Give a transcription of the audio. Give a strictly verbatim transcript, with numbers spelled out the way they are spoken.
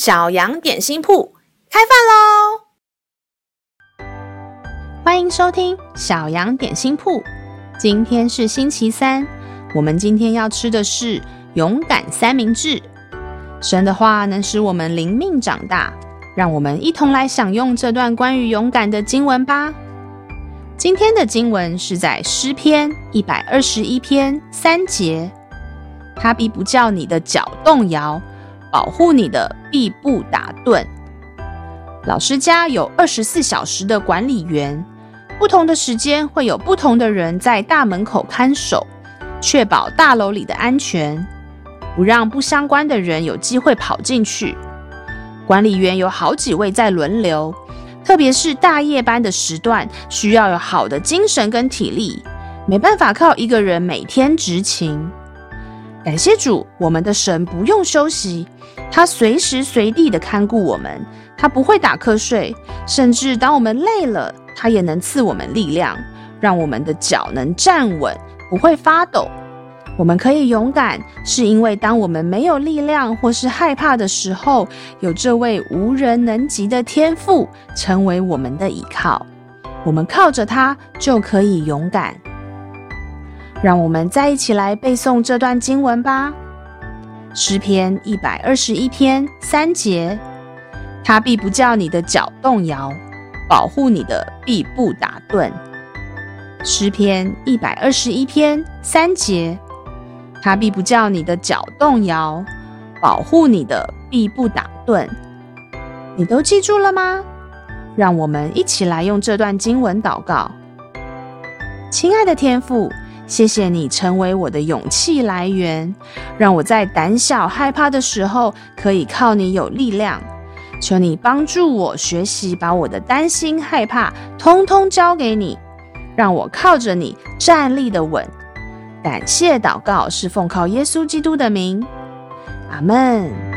小羊点心铺开饭喽！欢迎收听小羊点心铺。今天是星期三，我们今天要吃的是勇敢三明治。神的话能使我们灵命长大，让我们一同来享用这段关于勇敢的经文吧。今天的经文是在诗篇一百二十一篇三节，他必不叫你的脚动摇，保护你的必不打盹。老师家有二十四小时的管理员，不同的时间会有不同的人在大门口看守，确保大楼里的安全，不让不相关的人有机会跑进去。管理员有好几位在轮流，特别是大夜班的时段，需要有好的精神跟体力，没办法靠一个人每天执勤。感谢主，我们的神不用休息，他随时随地的看顾我们，他不会打瞌睡，甚至当我们累了，他也能赐我们力量，让我们的脚能站稳，不会发抖。我们可以勇敢，是因为当我们没有力量或是害怕的时候，有这位无人能及的天父成为我们的依靠，我们靠着他就可以勇敢。让我们再一起来背诵这段经文吧。诗篇一百二十一篇三节，他必不叫你的脚动摇，保护你的必不打盹。诗篇一百二十一篇三节，他必不叫你的脚动摇，保护你的必不打盹。你都记住了吗？让我们一起来用这段经文祷告。亲爱的天父，谢谢你成为我的勇气来源，让我在胆小害怕的时候可以靠你有力量。求你帮助我学习把我的担心害怕通通交给你，让我靠着你站立的稳。感谢祷告是奉靠耶稣基督的名，阿们。